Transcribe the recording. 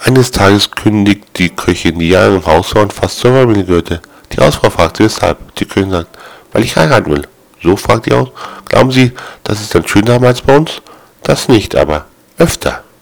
Eines Tages kündigt die Köchin, die Jahre im Haus war und fast zur Familie gehörte. Die Hausfrau fragt sie weshalb. Die Köchin sagt, weil ich heiraten will. So, fragt die Haus. Glauben Sie, das ist dann schöner als bei uns? Das nicht, aber öfter.